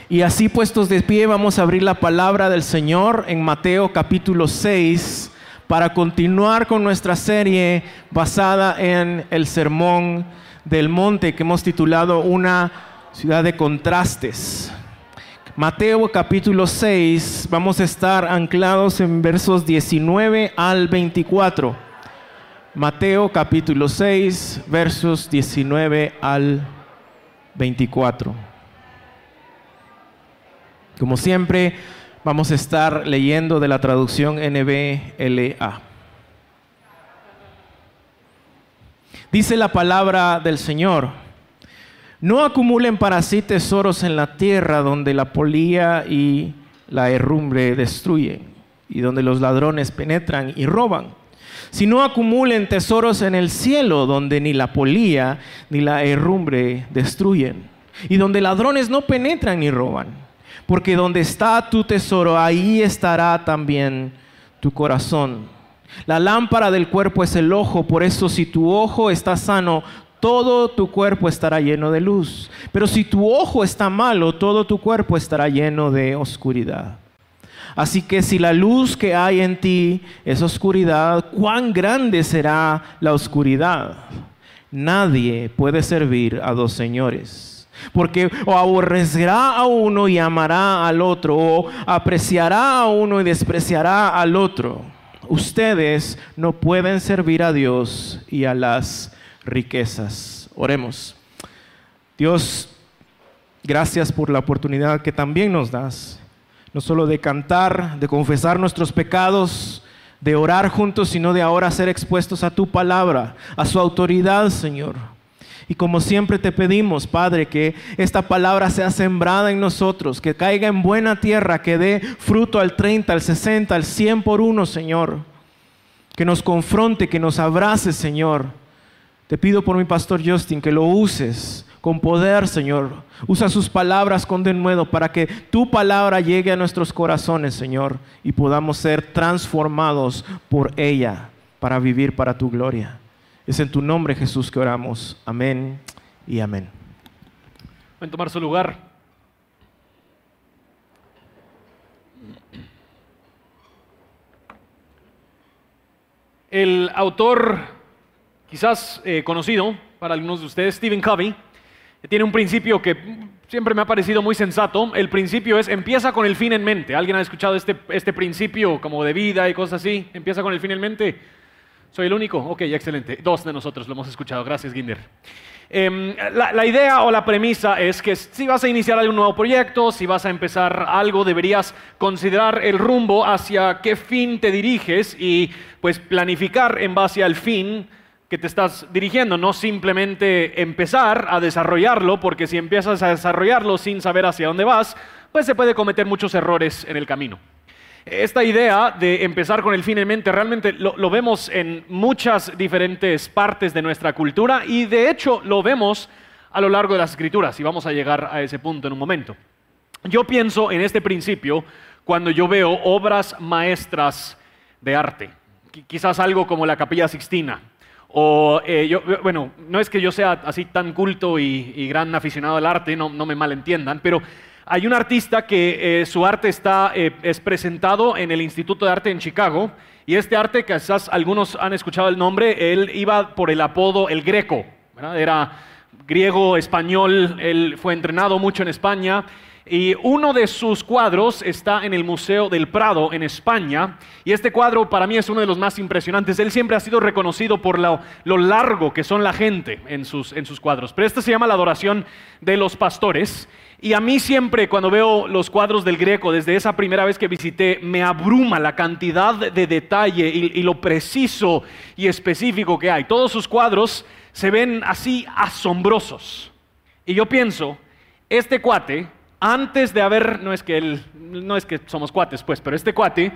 Y así puestos de pie vamos a abrir la palabra del Señor en Mateo capítulo 6 para continuar con nuestra serie basada en el Sermón del Monte que hemos titulado Una ciudad de contrastes. Mateo capítulo 6, vamos a estar anclados en versos 19 al 24. Mateo capítulo 6, versos 19 al 24. Como siempre, vamos a estar leyendo de la traducción NBLA. Dice la palabra del Señor: no acumulen para sí tesoros en la tierra, donde la polilla y la herrumbre destruyen, y donde los ladrones penetran y roban. Sino acumulen tesoros en el cielo, donde ni la polilla ni la herrumbre destruyen, y donde ladrones no penetran ni roban. Porque donde está tu tesoro, ahí estará también tu corazón. La lámpara del cuerpo es el ojo, por eso si tu ojo está sano, todo tu cuerpo estará lleno de luz. Pero si tu ojo está malo, todo tu cuerpo estará lleno de oscuridad. Así que si la luz que hay en ti es oscuridad, ¿cuán grande será la oscuridad? Nadie puede servir a dos señores. Porque o aborrecerá a uno y amará al otro, o apreciará a uno y despreciará al otro. Ustedes no pueden servir a Dios y a las riquezas. Oremos. Dios, gracias por la oportunidad que también nos das, no solo de cantar, de confesar nuestros pecados, de orar juntos, sino de ahora ser expuestos a tu palabra, a su autoridad, Señor. Y como siempre te pedimos, Padre, que esta palabra sea sembrada en nosotros, que caiga en buena tierra, que dé fruto al 30, al 60, al 100 por uno, Señor. Que nos confronte, que nos abrace, Señor. Te pido por mi pastor Justin que lo uses con poder, Señor. Usa sus palabras con denuedo para que tu palabra llegue a nuestros corazones, Señor, y podamos ser transformados por ella para vivir para tu gloria. Es en tu nombre, Jesús, que oramos. Amén y amén. Pueden tomar su lugar. El autor, quizás conocido para algunos de ustedes, Stephen Covey, tiene un principio que siempre me ha parecido muy sensato. El principio es: empieza con el fin en mente. ¿Alguien ha escuchado este principio como de vida y cosas así? Empieza con el fin en mente. ¿Soy el único? Ok, excelente. 2 de nosotros lo hemos escuchado. Gracias, Ginder. La idea o la premisa es que si vas a iniciar algún nuevo proyecto, si vas a empezar algo, deberías considerar el rumbo hacia qué fin te diriges y pues planificar en base al fin que te estás dirigiendo. No simplemente empezar a desarrollarlo, porque si empiezas a desarrollarlo sin saber hacia dónde vas, pues se puede cometer muchos errores en el camino. Esta idea de empezar con el fin en mente realmente lo vemos en muchas diferentes partes de nuestra cultura y de hecho lo vemos a lo largo de las Escrituras y vamos a llegar a ese punto en un momento. Yo pienso en este principio cuando yo veo obras maestras de arte, quizás algo como la Capilla Sixtina. Bueno, no es que yo sea así tan culto y gran aficionado al arte, no me malentiendan, pero hay un artista que su arte es presentado en el Instituto de Arte en Chicago, y este arte, quizás algunos han escuchado el nombre, él iba por el apodo El Greco, ¿verdad? Era griego, español, él fue entrenado mucho en España, y uno de sus cuadros está en el Museo del Prado en España, y este cuadro para mí es uno de los más impresionantes. Él siempre ha sido reconocido por lo largo que son la gente en sus cuadros, pero este se llama La Adoración de los Pastores. Y a mí siempre, cuando veo los cuadros del Greco, desde esa primera vez que visité, me abruma la cantidad de detalle y lo preciso y específico que hay. Todos sus cuadros se ven así asombrosos. Y yo pienso, este cuate, antes de haber, no es que somos cuates pues, pero este cuate,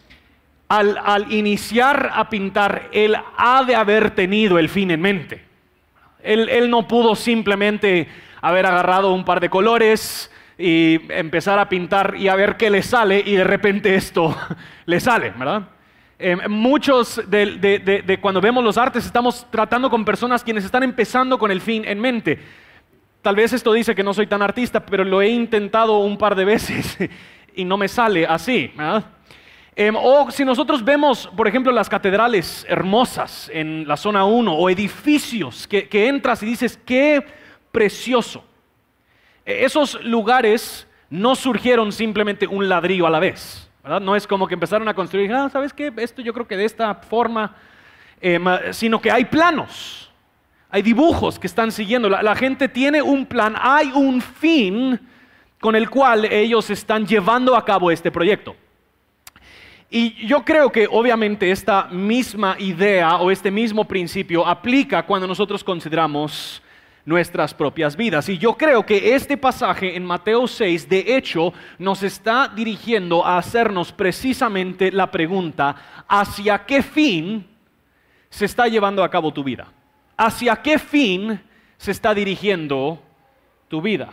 al iniciar a pintar, él ha de haber tenido el fin en mente. Él no pudo simplemente haber agarrado un par de colores y empezar a pintar y a ver qué le sale y de repente esto le sale, ¿verdad? Muchos de cuando vemos los artes estamos tratando con personas quienes están empezando con el fin en mente. tal vez esto dice que no soy tan artista, pero lo he intentado un par de veces y no me sale así, ¿verdad? O si nosotros vemos, por ejemplo, las catedrales hermosas en la zona 1 o edificios que entras y dices, qué precioso. Esos lugares no surgieron simplemente un ladrillo a la vez, ¿verdad? No es como que empezaron a construir, ¿sabes qué? Esto yo creo que de esta forma, sino que hay planos, hay dibujos que están siguiendo. La gente tiene un plan, hay un fin con el cual ellos están llevando a cabo este proyecto. Y yo creo que obviamente esta misma idea o este mismo principio aplica cuando nosotros consideramos nuestras propias vidas. Y yo creo que este pasaje en Mateo 6, de hecho, nos está dirigiendo a hacernos precisamente la pregunta, ¿hacia qué fin se está llevando a cabo tu vida? ¿Hacia qué fin se está dirigiendo tu vida?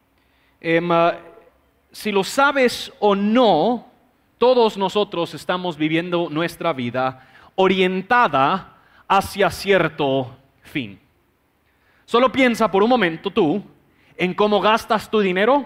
Si lo sabes o no, todos nosotros estamos viviendo nuestra vida orientada hacia cierto fin. Solo piensa por un momento tú en cómo gastas tu dinero.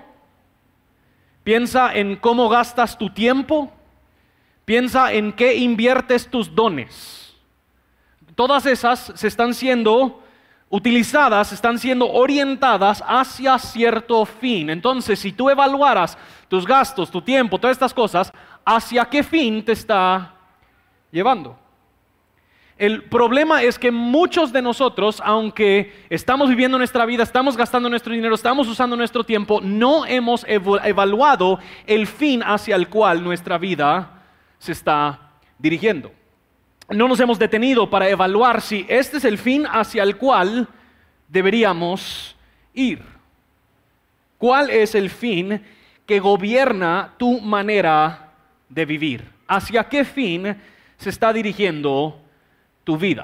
Piensa en cómo gastas tu tiempo. Piensa en qué inviertes tus dones. Todas esas se están siendo utilizadas, están siendo orientadas hacia cierto fin. Entonces, si tú evaluaras tus gastos, tu tiempo, todas estas cosas, ¿hacia qué fin te está llevando? El problema es que muchos de nosotros, aunque estamos viviendo nuestra vida, estamos gastando nuestro dinero, estamos usando nuestro tiempo, no hemos evaluado el fin hacia el cual nuestra vida se está dirigiendo. No nos hemos detenido para evaluar si este es el fin hacia el cual deberíamos ir. ¿Cuál es el fin que gobierna tu manera de vivir? ¿Hacia qué fin se está dirigiendo tu vida?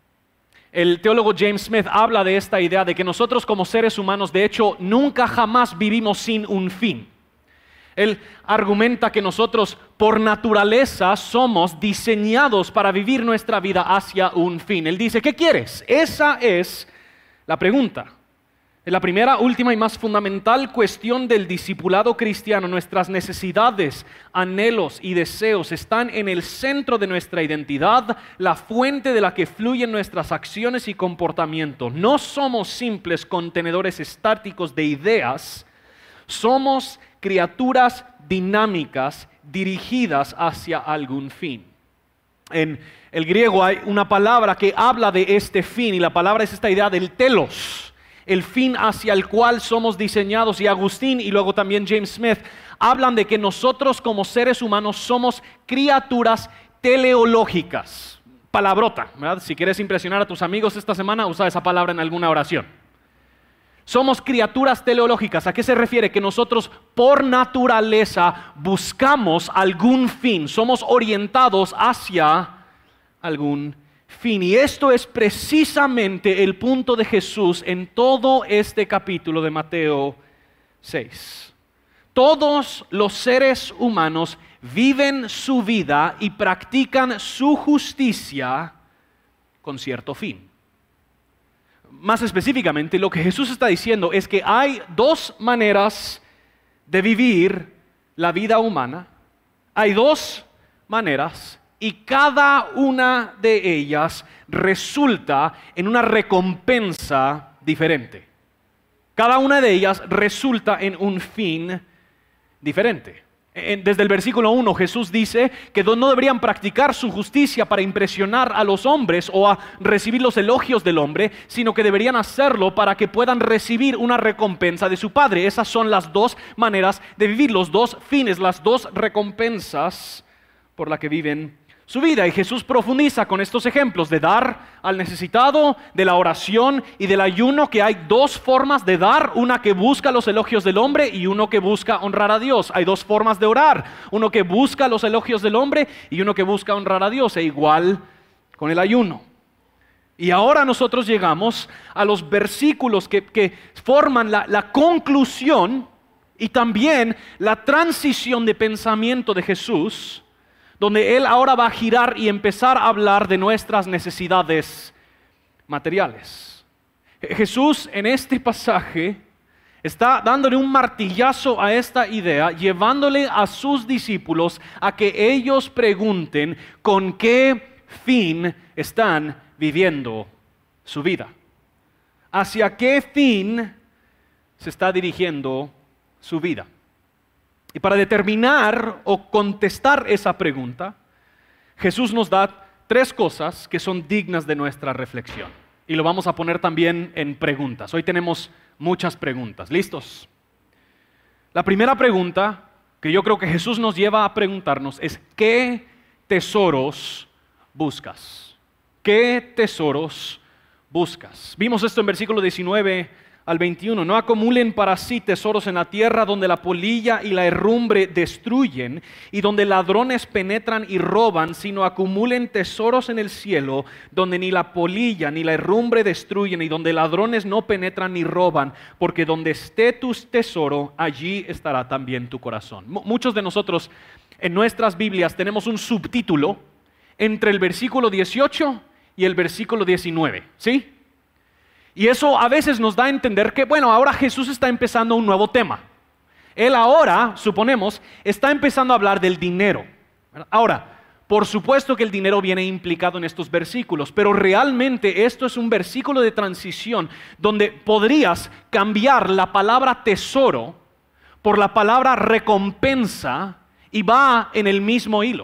El teólogo James Smith habla de esta idea de que nosotros como seres humanos, de hecho, nunca jamás vivimos sin un fin. Él argumenta que nosotros por naturaleza somos diseñados para vivir nuestra vida hacia un fin. Él dice, ¿qué quieres? Esa es la pregunta. La primera, última y más fundamental cuestión del discipulado cristiano. Nuestras necesidades, anhelos y deseos están en el centro de nuestra identidad, la fuente de la que fluyen nuestras acciones y comportamientos. No somos simples contenedores estáticos de ideas, somos criaturas dinámicas dirigidas hacia algún fin. En el griego hay una palabra que habla de este fin y la palabra es esta idea del telos, el fin hacia el cual somos diseñados. Y Agustín y luego también James Smith hablan de que nosotros como seres humanos somos criaturas teleológicas. Palabrota, ¿verdad? Si quieres impresionar a tus amigos esta semana, usa esa palabra en alguna oración. Somos criaturas teleológicas. ¿A qué se refiere? Que nosotros por naturaleza buscamos algún fin. Somos orientados hacia algún fin. Y esto es precisamente el punto de Jesús en todo este capítulo de Mateo 6. Todos los seres humanos viven su vida y practican su justicia con cierto fin. Más específicamente, lo que Jesús está diciendo es que hay dos maneras de vivir la vida humana. Hay dos maneras y cada una de ellas resulta en una recompensa diferente. Cada una de ellas resulta en un fin diferente. Desde el versículo 1 Jesús dice que no deberían practicar su justicia para impresionar a los hombres o a recibir los elogios del hombre, sino que deberían hacerlo para que puedan recibir una recompensa de su Padre. Esas son las dos maneras de vivir, los dos fines, las dos recompensas por las que viven su vida. Y Jesús profundiza con estos ejemplos de dar al necesitado, de la oración y del ayuno, que hay dos formas de dar, una que busca los elogios del hombre y uno que busca honrar a Dios. Hay dos formas de orar, uno que busca los elogios del hombre y uno que busca honrar a Dios, e igual con el ayuno. Y ahora nosotros llegamos a los versículos que forman la conclusión y también la transición de pensamiento de Jesús, donde Él ahora va a girar y empezar a hablar de nuestras necesidades materiales. Jesús en este pasaje Está dándole un martillazo a esta idea, llevándole a sus discípulos a que ellos pregunten con qué fin están viviendo su vida. ¿Hacia qué fin se está dirigiendo su vida? Y para determinar o contestar esa pregunta, Jesús nos da 3 cosas que son dignas de nuestra reflexión. Y lo vamos a poner también en preguntas. Hoy tenemos muchas preguntas. ¿Listos? La primera pregunta que yo creo que Jesús nos lleva a preguntarnos es: ¿qué tesoros buscas? ¿Qué tesoros buscas? Vimos esto en versículo 19 al 21. No acumulen para sí tesoros en la tierra, donde la polilla y la herrumbre destruyen y donde ladrones penetran y roban, sino acumulen tesoros en el cielo, donde ni la polilla ni la herrumbre destruyen y donde ladrones no penetran ni roban, porque donde esté tu tesoro, allí estará también tu corazón. Muchos de nosotros en nuestras Biblias tenemos un subtítulo entre el versículo 18 y el versículo 19, ¿sí? Y eso a veces nos da a entender que, bueno, ahora Jesús está empezando un nuevo tema. Él ahora, suponemos, está empezando a hablar del dinero. Ahora, por supuesto que el dinero viene implicado en estos versículos, pero realmente esto es un versículo de transición donde podrías cambiar la palabra tesoro por la palabra recompensa y va en el mismo hilo.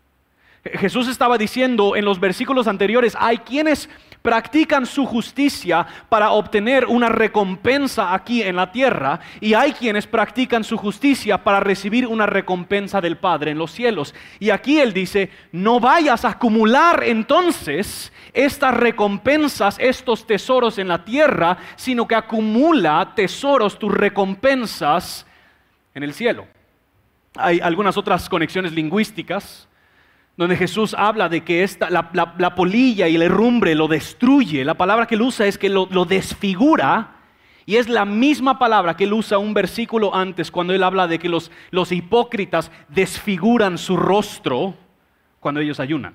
Jesús estaba diciendo en los versículos anteriores: hay quienes practican su justicia para obtener una recompensa aquí en la tierra, y hay quienes practican su justicia para recibir una recompensa del Padre en los cielos. Y aquí Él dice: no vayas a acumular entonces estas recompensas, estos tesoros en la tierra, sino que acumula tesoros, tus recompensas en el cielo. Hay algunas otras conexiones lingüísticas donde Jesús habla de que la polilla y la herrumbre lo destruye. La palabra que él usa es que lo desfigura, y es la misma palabra que él usa un versículo antes cuando él habla de que los hipócritas desfiguran su rostro cuando ellos ayunan.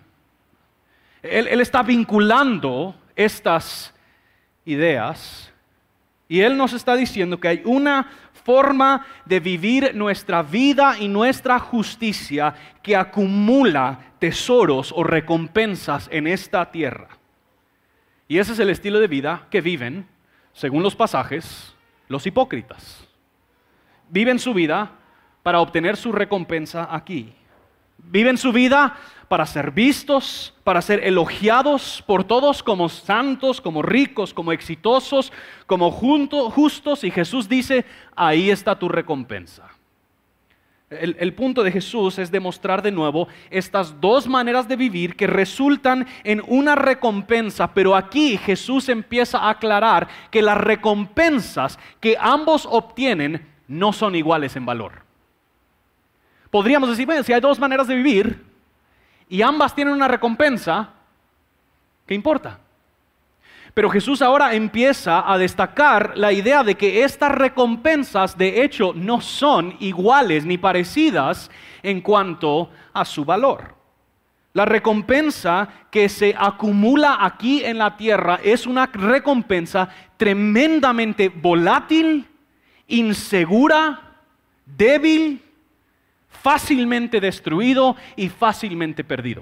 Él está vinculando estas ideas y él nos está diciendo que hay una forma de vivir nuestra vida y nuestra justicia que acumula tesoros o recompensas en esta tierra. Y ese es el estilo de vida que viven, según los pasajes, los hipócritas. Viven su vida para obtener su recompensa aquí. Viven su vida para ser vistos, para ser elogiados por todos como santos, como ricos, como exitosos, como justos. Y Jesús dice: ahí está tu recompensa. El punto de Jesús es demostrar de nuevo estas 2 maneras de vivir que resultan en una recompensa, pero aquí Jesús empieza a aclarar que las recompensas que ambos obtienen no son iguales en valor. Podríamos decir: bueno, si hay 2 maneras de vivir y ambas tienen una recompensa, ¿qué importa? Pero Jesús ahora empieza a destacar la idea de que estas recompensas de hecho no son iguales ni parecidas en cuanto a su valor. La recompensa que se acumula aquí en la tierra es una recompensa tremendamente volátil, insegura, débil, fácilmente destruido y fácilmente perdido.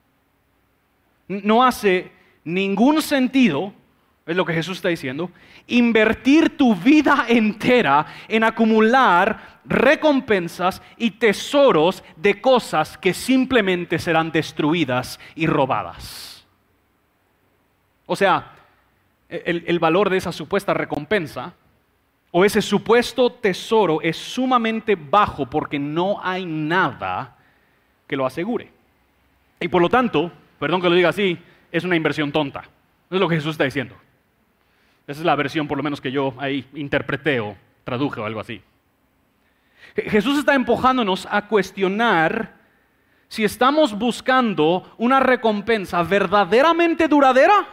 No hace ningún sentido, es lo que Jesús está diciendo, invertir tu vida entera en acumular recompensas y tesoros de cosas que simplemente serán destruidas y robadas. O sea, el valor de esa supuesta recompensa o ese supuesto tesoro es sumamente bajo porque no hay nada que lo asegure. Y por lo tanto, perdón que lo diga así, es una inversión tonta. Eso es lo que Jesús está diciendo. Esa es la versión por lo menos que yo ahí interpreté o traduje o algo así. Jesús está empujándonos a cuestionar si estamos buscando una recompensa verdaderamente duradera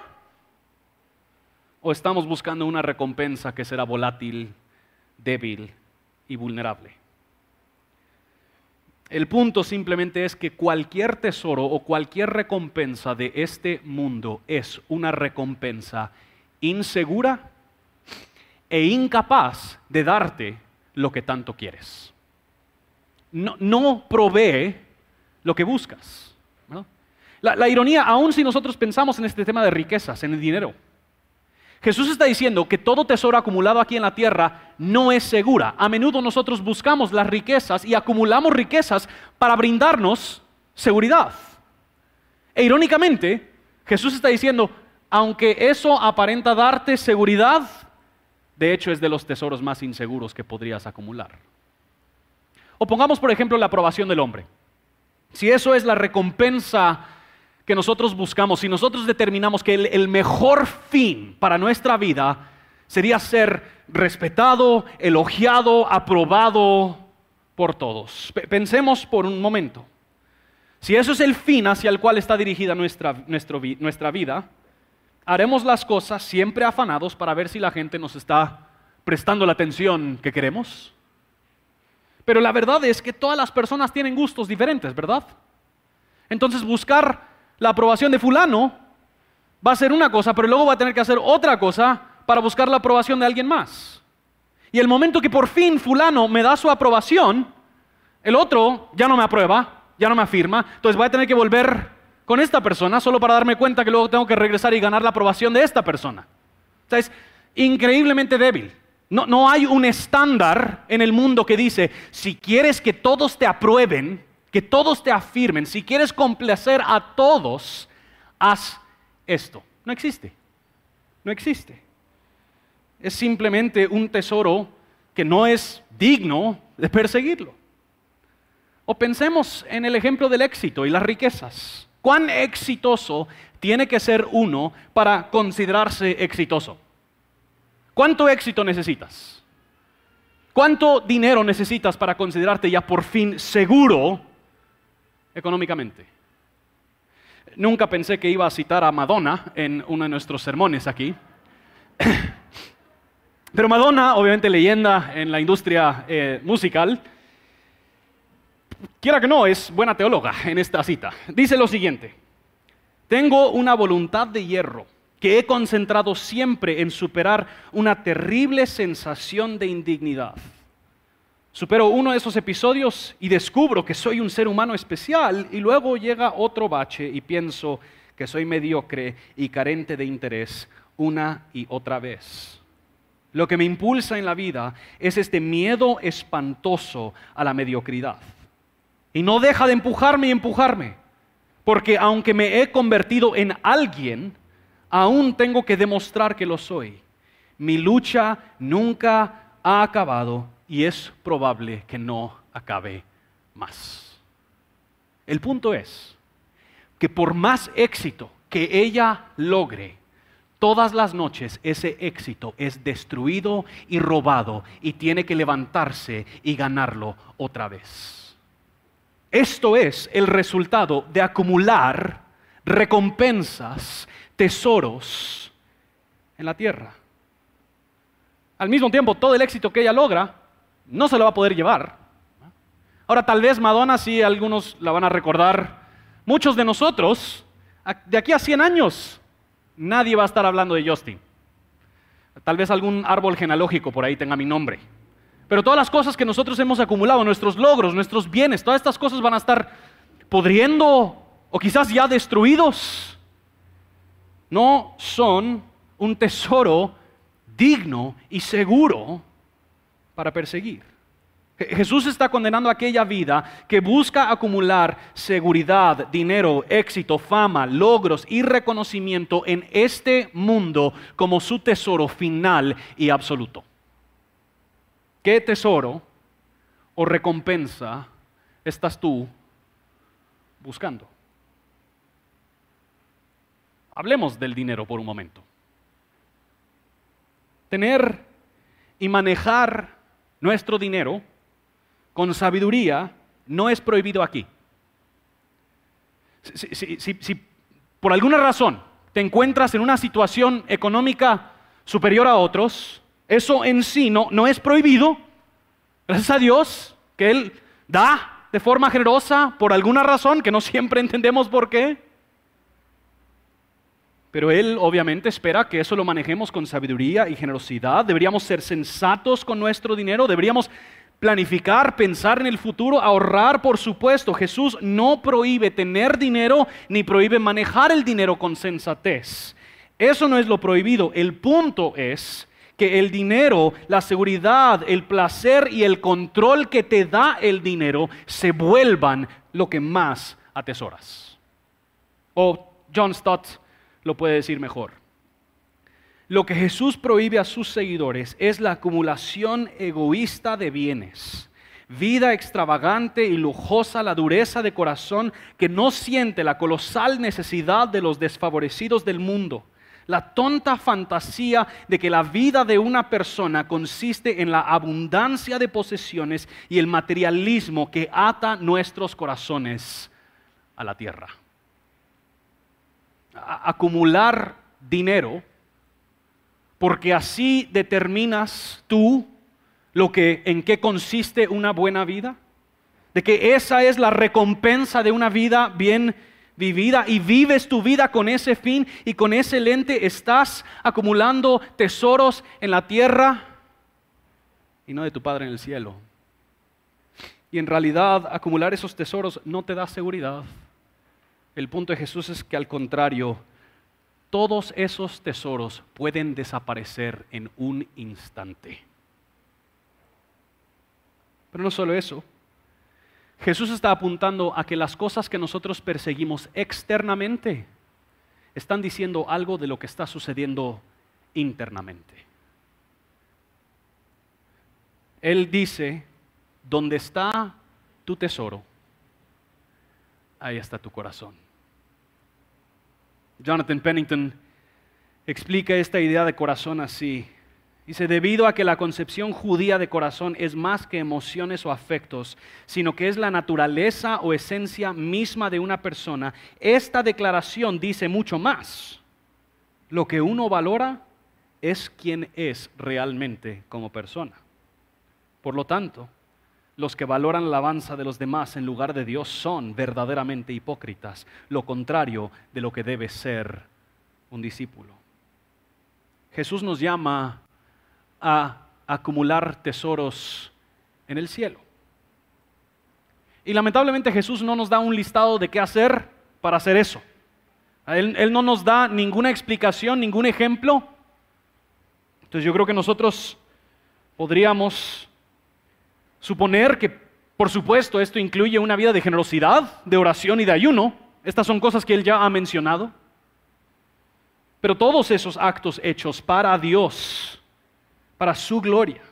o estamos buscando una recompensa que será volátil, débil y vulnerable. El punto simplemente es que cualquier tesoro o cualquier recompensa de este mundo es una recompensa insegura, e incapaz de darte lo que tanto quieres. No provee lo que buscas, ¿no? La ironía, aun si nosotros pensamos en este tema de riquezas, en el dinero, Jesús está diciendo que todo tesoro acumulado aquí en la tierra no es segura. A menudo nosotros buscamos las riquezas y acumulamos riquezas para brindarnos seguridad. E irónicamente, Jesús está diciendo, aunque eso aparenta darte seguridad, de hecho es de los tesoros más inseguros que podrías acumular. O pongamos por ejemplo la aprobación del hombre. Si eso es la recompensa que nosotros buscamos, si nosotros determinamos que el mejor fin para nuestra vida sería ser respetado, elogiado, aprobado por todos. Pensemos por un momento. Si eso es el fin hacia el cual está dirigida nuestra vida, haremos las cosas siempre afanados para ver si la gente nos está prestando la atención que queremos. Pero la verdad es que todas las personas tienen gustos diferentes, ¿verdad? Entonces buscar la aprobación de fulano va a ser una cosa, pero luego va a tener que hacer otra cosa para buscar la aprobación de alguien más. Y el momento que por fin fulano me da su aprobación, el otro ya no me aprueba, ya no me afirma, entonces voy a tener que volver con esta persona solo para darme cuenta que luego tengo que regresar y ganar la aprobación de esta persona. O sea, es increíblemente débil. No hay un estándar en el mundo que dice, si quieres que todos te aprueben, que todos te afirmen, si quieres complacer a todos, haz esto. No existe. No existe. Es simplemente un tesoro que no es digno de perseguirlo. O pensemos en el ejemplo del éxito y las riquezas. ¿Cuán exitoso tiene que ser uno para considerarse exitoso? ¿Cuánto éxito necesitas? ¿Cuánto dinero necesitas para considerarte ya por fin seguro económicamente? Nunca pensé que iba a citar a Madonna en uno de nuestros sermones aquí. Pero Madonna, obviamente leyenda en la industria musical, quiera que no, es buena teóloga en esta cita. Dice lo siguiente: tengo una voluntad de hierro que he concentrado siempre en superar una terrible sensación de indignidad. Supero uno de esos episodios y descubro que soy un ser humano especial, y luego llega otro bache y pienso que soy mediocre y carente de interés una y otra vez. Lo que me impulsa en la vida es este miedo espantoso a la mediocridad. Y no deja de empujarme y empujarme, porque aunque me he convertido en alguien, aún tengo que demostrar que lo soy. Mi lucha nunca ha acabado y es probable que no acabe más. El punto es que por más éxito que ella logre, todas las noches ese éxito es destruido y robado y tiene que levantarse y ganarlo otra vez. Esto es el resultado de acumular recompensas, tesoros en la tierra. Al mismo tiempo, todo el éxito que ella logra no se lo va a poder llevar. Ahora, tal vez Madonna, sí, algunos la van a recordar. Muchos de nosotros, de aquí a 100 años, nadie va a estar hablando de Justin. Tal vez algún árbol genealógico por ahí tenga mi nombre. Pero todas las cosas que nosotros hemos acumulado, nuestros logros, nuestros bienes, todas estas cosas van a estar pudriendo o quizás ya destruidos. No son un tesoro digno y seguro para perseguir. Jesús está condenando a aquella vida que busca acumular seguridad, dinero, éxito, fama, logros y reconocimiento en este mundo como su tesoro final y absoluto. ¿Qué tesoro o recompensa estás tú buscando? Hablemos del dinero por un momento. Tener y manejar nuestro dinero con sabiduría no es prohibido aquí. Si por alguna razón te encuentras en una situación económica superior a otros, eso en sí no es prohibido. Gracias a Dios que Él da de forma generosa por alguna razón que no siempre entendemos por qué. Pero Él obviamente espera que eso lo manejemos con sabiduría y generosidad. Deberíamos ser sensatos con nuestro dinero, deberíamos planificar, pensar en el futuro, ahorrar, por supuesto. Jesús no prohíbe tener dinero ni prohíbe manejar el dinero con sensatez. Eso no es lo prohibido. El punto es que el dinero, la seguridad, el placer y el control que te da el dinero se vuelvan lo que más atesoras. O John Stott lo puede decir mejor. Lo que Jesús prohíbe a sus seguidores es la acumulación egoísta de bienes, vida extravagante y lujosa, la dureza de corazón que no siente la colosal necesidad de los desfavorecidos del mundo, la tonta fantasía de que la vida de una persona consiste en la abundancia de posesiones y el materialismo que ata nuestros corazones a la tierra. Acumular dinero, porque así determinas tú en qué consiste una buena vida, de que esa es la recompensa de una vida bien vivida y vives tu vida con ese fin y con ese lente estás acumulando tesoros en la tierra y no de tu Padre en el cielo. Y en realidad acumular esos tesoros no te da seguridad. El punto de Jesús es que al contrario, todos esos tesoros pueden desaparecer en un instante. Pero no solo eso. Jesús está apuntando a que las cosas que nosotros perseguimos externamente están diciendo algo de lo que está sucediendo internamente. Él dice, donde está tu tesoro, ahí está tu corazón. Jonathan Pennington explica esta idea de corazón así. Dice, debido a que la concepción judía de corazón es más que emociones o afectos, sino que es la naturaleza o esencia misma de una persona, esta declaración dice mucho más. Lo que uno valora es quién es realmente como persona. Por lo tanto, los que valoran la alabanza de los demás en lugar de Dios son verdaderamente hipócritas, lo contrario de lo que debe ser un discípulo. Jesús nos llama a acumular tesoros en el cielo. Y lamentablemente Jesús no nos da un listado de qué hacer para hacer eso. Él no nos da ninguna explicación, ningún ejemplo. Entonces yo creo que nosotros podríamos suponer que, por supuesto, esto incluye una vida de generosidad, de oración y de ayuno. Estas son cosas que Él ya ha mencionado. Pero todos esos actos hechos para Dios, para su gloria.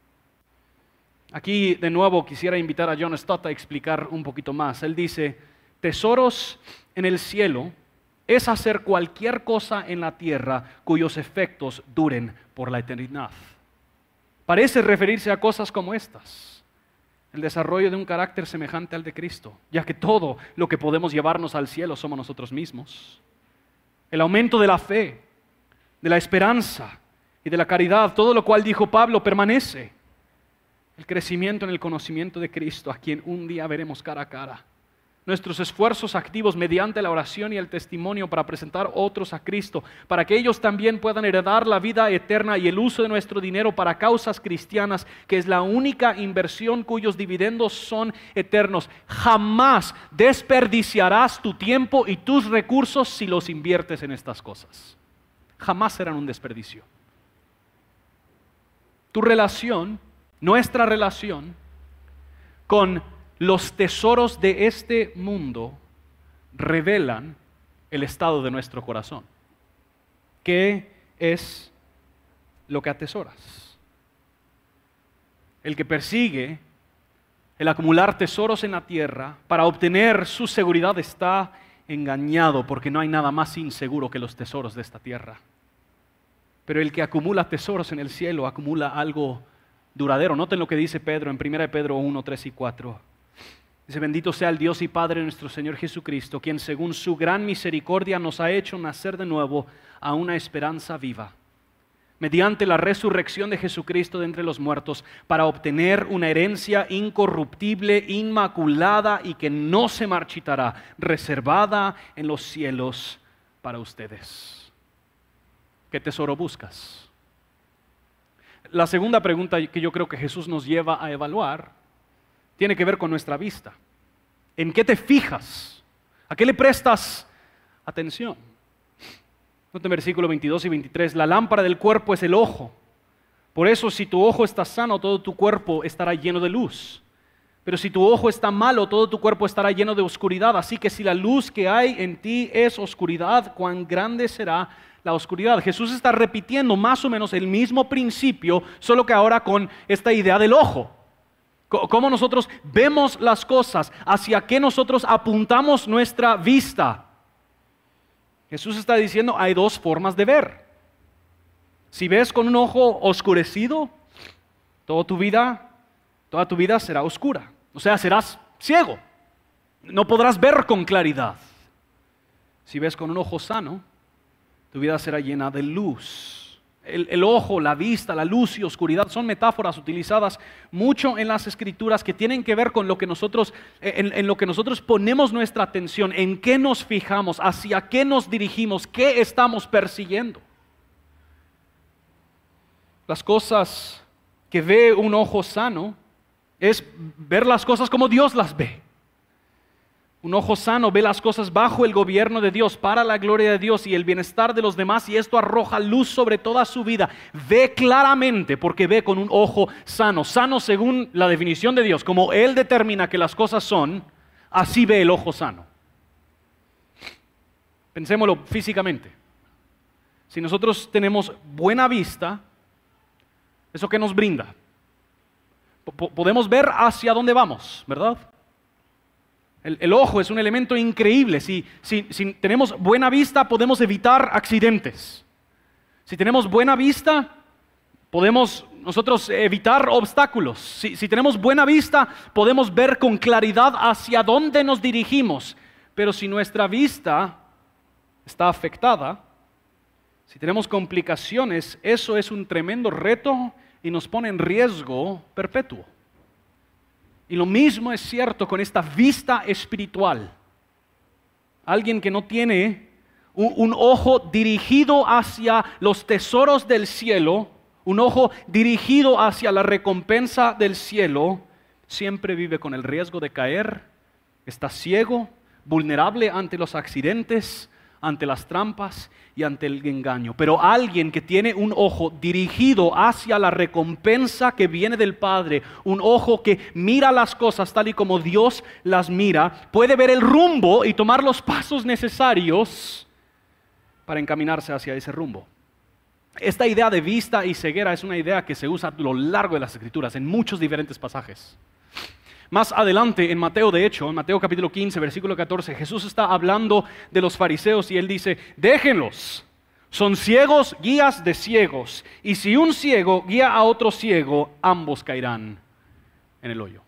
Aquí, de nuevo, quisiera invitar a John Stott a explicar un poquito más. Él dice, tesoros en el cielo es hacer cualquier cosa en la tierra cuyos efectos duren por la eternidad. Parece referirse a cosas como estas. El desarrollo de un carácter semejante al de Cristo, ya que todo lo que podemos llevarnos al cielo somos nosotros mismos. El aumento de la fe, de la esperanza y de la caridad, todo lo cual dijo Pablo permanece. El crecimiento en el conocimiento de Cristo, a quien un día veremos cara a cara. Nuestros esfuerzos activos mediante la oración y el testimonio para presentar otros a Cristo, para que ellos también puedan heredar la vida eterna y el uso de nuestro dinero para causas cristianas, que es la única inversión cuyos dividendos son eternos. Jamás desperdiciarás tu tiempo y tus recursos si los inviertes en estas cosas. Jamás serán un desperdicio. Tu relación, nuestra relación con los tesoros de este mundo revelan el estado de nuestro corazón. ¿Qué es lo que atesoras? El que persigue el acumular tesoros en la tierra para obtener su seguridad está engañado, porque no hay nada más inseguro que los tesoros de esta tierra. Pero el que acumula tesoros en el cielo acumula algo duradero. Noten lo que dice Pedro en 1 Pedro 1, 3 y 4. Dice, bendito sea el Dios y Padre de nuestro Señor Jesucristo, quien según su gran misericordia nos ha hecho nacer de nuevo a una esperanza viva, mediante la resurrección de Jesucristo de entre los muertos, para obtener una herencia incorruptible, inmaculada y que no se marchitará, reservada en los cielos para ustedes. ¿Qué tesoro buscas? La segunda pregunta que yo creo que Jesús nos lleva a evaluar tiene que ver con nuestra vista. ¿En qué te fijas? ¿A qué le prestas atención? Noten versículos 22 y 23. La lámpara del cuerpo es el ojo. Por eso, si tu ojo está sano, todo tu cuerpo estará lleno de luz. Pero si tu ojo está malo, todo tu cuerpo estará lleno de oscuridad. Así que si la luz que hay en ti es oscuridad, ¿cuán grande será la oscuridad? Jesús está repitiendo más o menos el mismo principio, solo que ahora con esta idea del ojo. Cómo nosotros vemos las cosas, hacia qué nosotros apuntamos nuestra vista. Jesús está diciendo, hay dos formas de ver. Si ves con un ojo oscurecido, toda tu vida será oscura. O sea, serás ciego. No podrás ver con claridad. Si ves con un ojo sano, tu vida será llena de luz. El ojo, la vista, la luz y oscuridad son metáforas utilizadas mucho en las Escrituras que tienen que ver con lo que nosotros, en lo que nosotros ponemos nuestra atención, en qué nos fijamos, hacia qué nos dirigimos, qué estamos persiguiendo. Las cosas que ve un ojo sano es ver las cosas como Dios las ve. Un ojo sano ve las cosas bajo el gobierno de Dios, para la gloria de Dios y el bienestar de los demás, y esto arroja luz sobre toda su vida. Ve claramente porque ve con un ojo sano. Sano según la definición de Dios, como Él determina que las cosas son, así ve el ojo sano. Pensémoslo físicamente. Si nosotros tenemos buena vista, ¿eso qué nos brinda? Podemos ver hacia dónde vamos, ¿verdad? El ojo es un elemento increíble. Si tenemos buena vista, podemos evitar accidentes. Si tenemos buena vista, podemos nosotros evitar obstáculos. Si tenemos buena vista, podemos ver con claridad hacia dónde nos dirigimos. Pero si nuestra vista está afectada, si tenemos complicaciones, eso es un tremendo reto y nos pone en riesgo perpetuo. Y lo mismo es cierto con esta vista espiritual. Alguien que no tiene un ojo dirigido hacia los tesoros del cielo, un ojo dirigido hacia la recompensa del cielo, siempre vive con el riesgo de caer, está ciego, vulnerable ante los accidentes, ante las trampas y ante el engaño. Pero alguien que tiene un ojo dirigido hacia la recompensa que viene del Padre, un ojo que mira las cosas tal y como Dios las mira, puede ver el rumbo y tomar los pasos necesarios para encaminarse hacia ese rumbo. Esta idea de vista y ceguera es una idea que se usa a lo largo de las Escrituras, en muchos diferentes pasajes. Más adelante en Mateo, de hecho, en Mateo capítulo 15, versículo 14, Jesús está hablando de los fariseos y Él dice, déjenlos, son ciegos, guías de ciegos, y si un ciego guía a otro ciego, ambos caerán en el hoyo.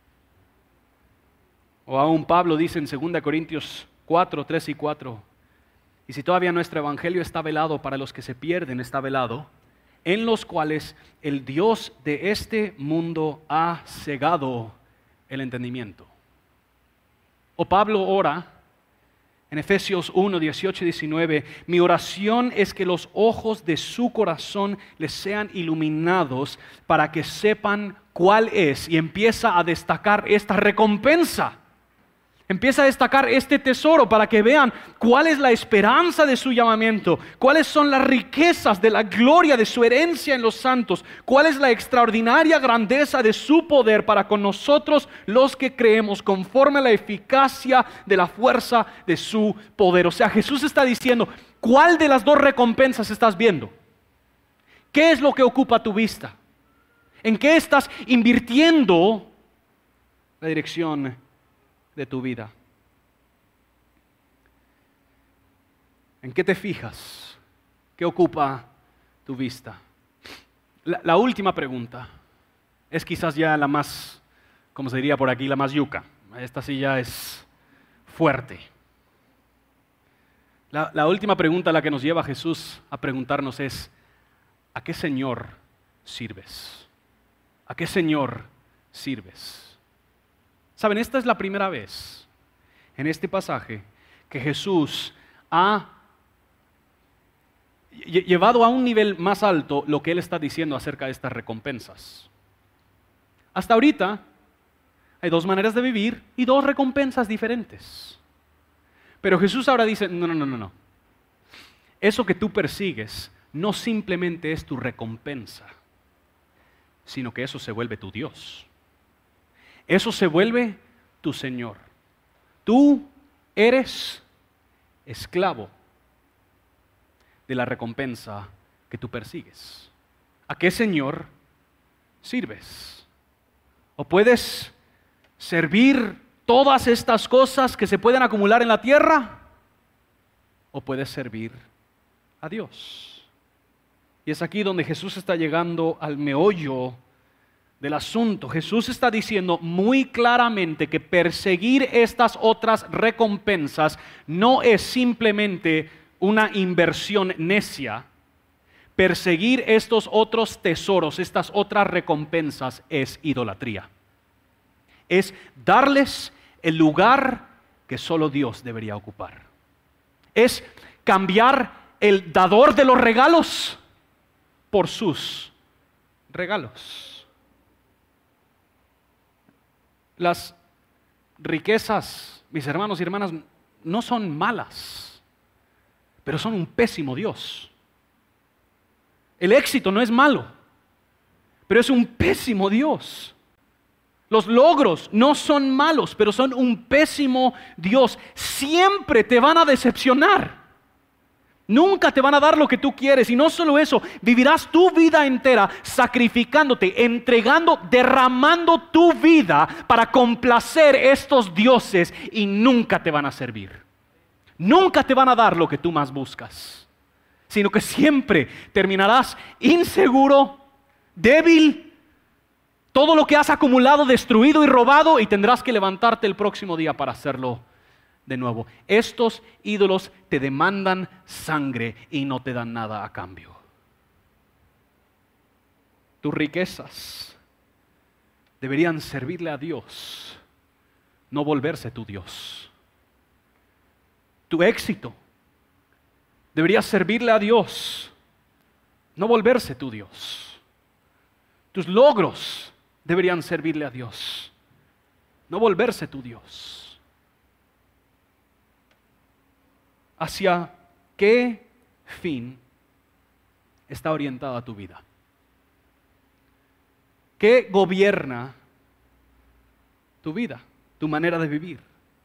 O aún Pablo dice en 2 Corintios 4, 3 y 4, y si todavía nuestro evangelio está velado para los que se pierden, está velado, en los cuales el Dios de este mundo ha cegado el entendimiento. O Pablo ora en Efesios 1, 18 y 19, mi oración es que los ojos de su corazón les sean iluminados para que sepan cuál es, y empieza a destacar esta recompensa. Empieza a destacar este tesoro para que vean cuál es la esperanza de su llamamiento, cuáles son las riquezas de la gloria de su herencia en los santos, cuál es la extraordinaria grandeza de su poder para con nosotros los que creemos conforme a la eficacia de la fuerza de su poder. O sea, Jesús está diciendo, ¿cuál de las dos recompensas estás viendo? ¿Qué es lo que ocupa tu vista? ¿En qué estás invirtiendo la dirección de tu vida? ¿En qué te fijas? ¿Qué ocupa tu vista? La última pregunta es quizás ya la más, como se diría por aquí, la más yuca. Esta sí ya es fuerte. La última pregunta a la que nos lleva Jesús a preguntarnos es, ¿a qué Señor sirves? ¿A qué Señor sirves? Saben, esta es la primera vez en este pasaje que Jesús ha Llevado a un nivel más alto, lo que él está diciendo acerca de estas recompensas. Hasta ahorita hay dos maneras de vivir y dos recompensas diferentes. Pero Jesús ahora dice, no. Eso que tú persigues no simplemente es tu recompensa, sino que eso se vuelve tu Dios. Eso se vuelve tu Señor. Tú eres esclavo de la recompensa que tú persigues. ¿A qué Señor sirves? O puedes servir todas estas cosas que se pueden acumular en la tierra, o puedes servir a Dios. Y es aquí donde Jesús está llegando al meollo del asunto. Jesús está diciendo muy claramente que perseguir estas otras recompensas no es simplemente una inversión necia. Perseguir estos otros tesoros, estas otras recompensas, es idolatría. Es darles el lugar que solo Dios debería ocupar. Es cambiar el dador de los regalos por sus regalos. Las riquezas, mis hermanos y hermanas, no son malas, pero son un pésimo Dios. El éxito no es malo, pero es un pésimo Dios. Los logros no son malos, pero son un pésimo Dios. Siempre te van a decepcionar. Nunca te van a dar lo que tú quieres. Y no solo eso, vivirás tu vida entera sacrificándote, entregando, derramando tu vida para complacer estos dioses y nunca te van a servir. Nunca te van a dar lo que tú más buscas, sino que siempre terminarás inseguro, débil, todo lo que has acumulado destruido y robado, y tendrás que levantarte el próximo día para hacerlo de nuevo. Estos ídolos te demandan sangre y no te dan nada a cambio. Tus riquezas deberían servirle a Dios, no volverse tu Dios. Tu éxito debería servirle a Dios, no volverse tu Dios. Tus logros deberían servirle a Dios, no volverse tu Dios. ¿Hacia qué fin está orientada tu vida? ¿Qué gobierna tu vida, tu manera de vivir?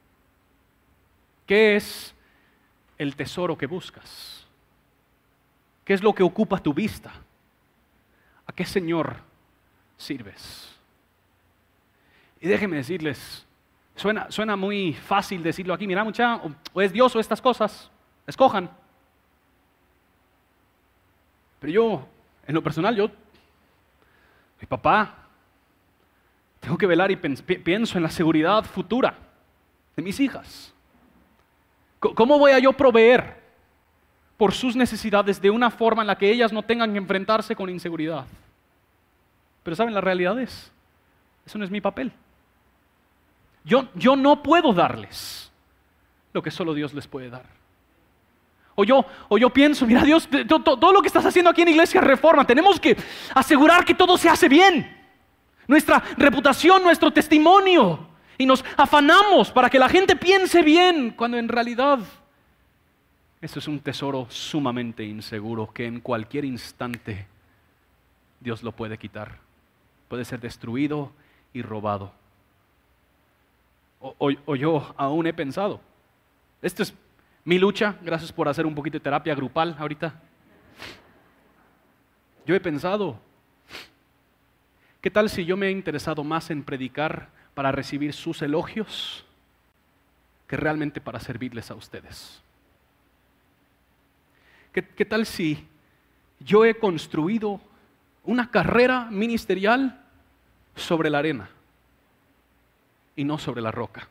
¿Qué es el tesoro que buscas? ¿Qué es lo que ocupa tu vista? ¿A qué Señor sirves? Y déjenme decirles, suena muy fácil decirlo aquí, mira mucha, o es Dios o estas cosas, escojan. Pero yo, en lo personal, mi papá, tengo que velar y pienso en la seguridad futura de mis hijas. ¿Cómo voy a yo proveer por sus necesidades de una forma en la que ellas no tengan que enfrentarse con inseguridad? Pero ¿saben? La realidad es, eso no es mi papel. Yo no puedo darles lo que solo Dios les puede dar. O yo pienso, mira Dios, todo lo que estás haciendo aquí en Iglesia Reforma, tenemos que asegurar que todo se hace bien. Nuestra reputación, nuestro testimonio. Y nos afanamos para que la gente piense bien, cuando en realidad eso es un tesoro sumamente inseguro que en cualquier instante Dios lo puede quitar. Puede ser destruido y robado. O yo aún he pensado, esto es mi lucha, gracias por hacer un poquito de terapia grupal ahorita. Yo he pensado, ¿qué tal si yo me he interesado más en predicar para recibir sus elogios que realmente para servirles a ustedes? ¿Qué tal si yo he construido una carrera ministerial sobre la arena y no sobre la roca?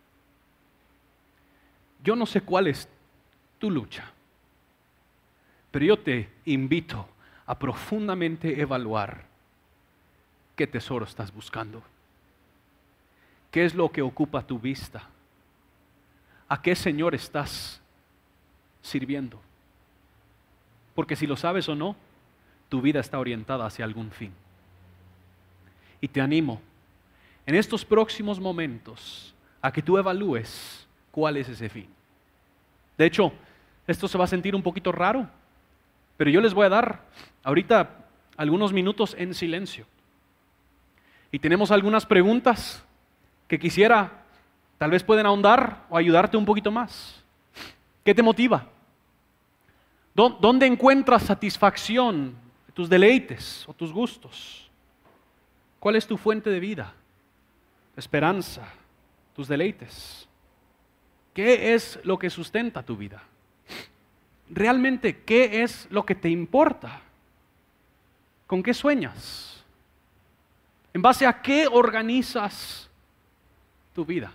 Yo no sé cuál es tu lucha, pero yo te invito a profundamente evaluar qué tesoro estás buscando. ¿Qué es lo que ocupa tu vista? ¿A qué Señor estás sirviendo? porque si lo sabes o no, tu vida está orientada hacia algún fin. Y te animo en estos próximos momentos a que tú evalúes cuál es ese fin. De hecho, esto se va a sentir un poquito raro, pero yo les voy a dar ahorita algunos minutos en silencio. Y tenemos algunas preguntas que quisiera, tal vez pueden ahondar o ayudarte un poquito más. ¿Qué te motiva? ¿Dónde encuentras satisfacción de tus deleites o tus gustos? ¿Cuál es tu fuente de vida, esperanza, tus deleites? ¿Qué es lo que sustenta tu vida? Realmente, ¿qué es lo que te importa? ¿Con qué sueñas? ¿En base a qué organizas tu vida?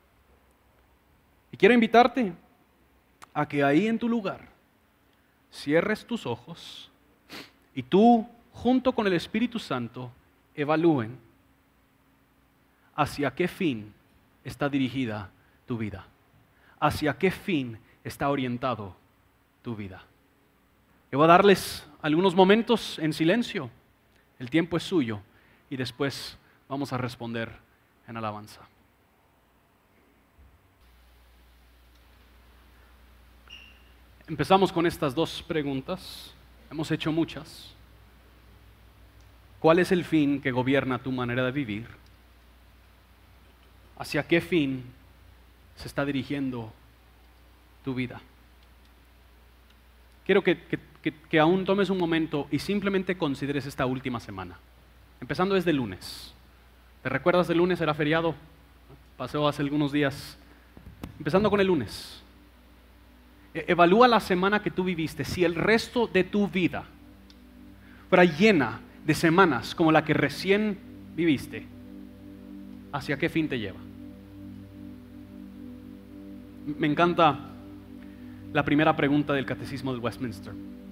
Y quiero invitarte a que ahí en tu lugar cierres tus ojos y tú, junto con el Espíritu Santo, evalúen hacia qué fin está dirigida tu vida, hacia qué fin está orientado tu vida. Yo voy a darles algunos momentos en silencio, el tiempo es suyo y después vamos a responder en alabanza. Empezamos con estas dos preguntas, hemos hecho muchas. ¿Cuál es el fin que gobierna tu manera de vivir? ¿Hacia qué fin se está dirigiendo tu vida? Quiero que aún tomes un momento y simplemente consideres esta última semana, empezando desde el lunes. ¿Te recuerdas del lunes? Era feriado, pasó hace algunos días. Empezando con el lunes. Evalúa la semana que tú viviste, si el resto de tu vida fuera llena de semanas como la que recién viviste, ¿hacia qué fin te lleva? Me encanta la primera pregunta del Catecismo de Westminster.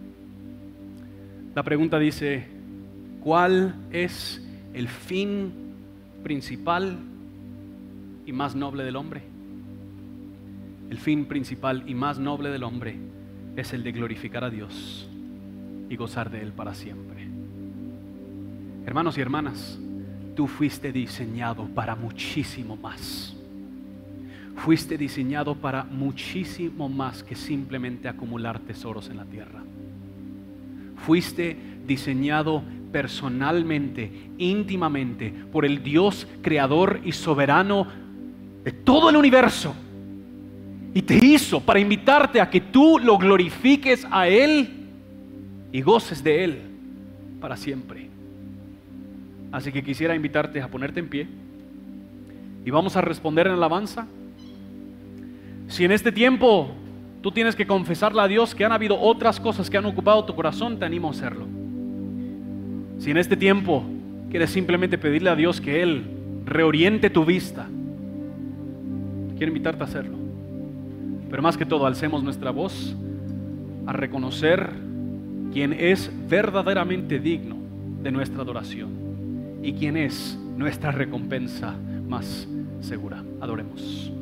La pregunta dice, ¿cuál es el fin principal y más noble del hombre? El fin principal y más noble del hombre es el de glorificar a Dios y gozar de Él para siempre. Hermanos y hermanas, tú fuiste diseñado para muchísimo más. Fuiste diseñado para muchísimo más que simplemente acumular tesoros en la tierra. Fuiste diseñado personalmente, íntimamente, por el Dios creador y soberano de todo el universo. Y te hizo para invitarte a que tú lo glorifiques a Él y goces de Él para siempre. Así que quisiera invitarte a ponerte en pie y vamos a responder en alabanza. Si en este tiempo tú tienes que confesarle a Dios que han habido otras cosas que han ocupado tu corazón, te animo a hacerlo. Si en este tiempo quieres simplemente pedirle a Dios que Él reoriente tu vista, quiero invitarte a hacerlo. Pero más que todo, alcemos nuestra voz a reconocer quién es verdaderamente digno de nuestra adoración y quién es nuestra recompensa más segura. Adoremos.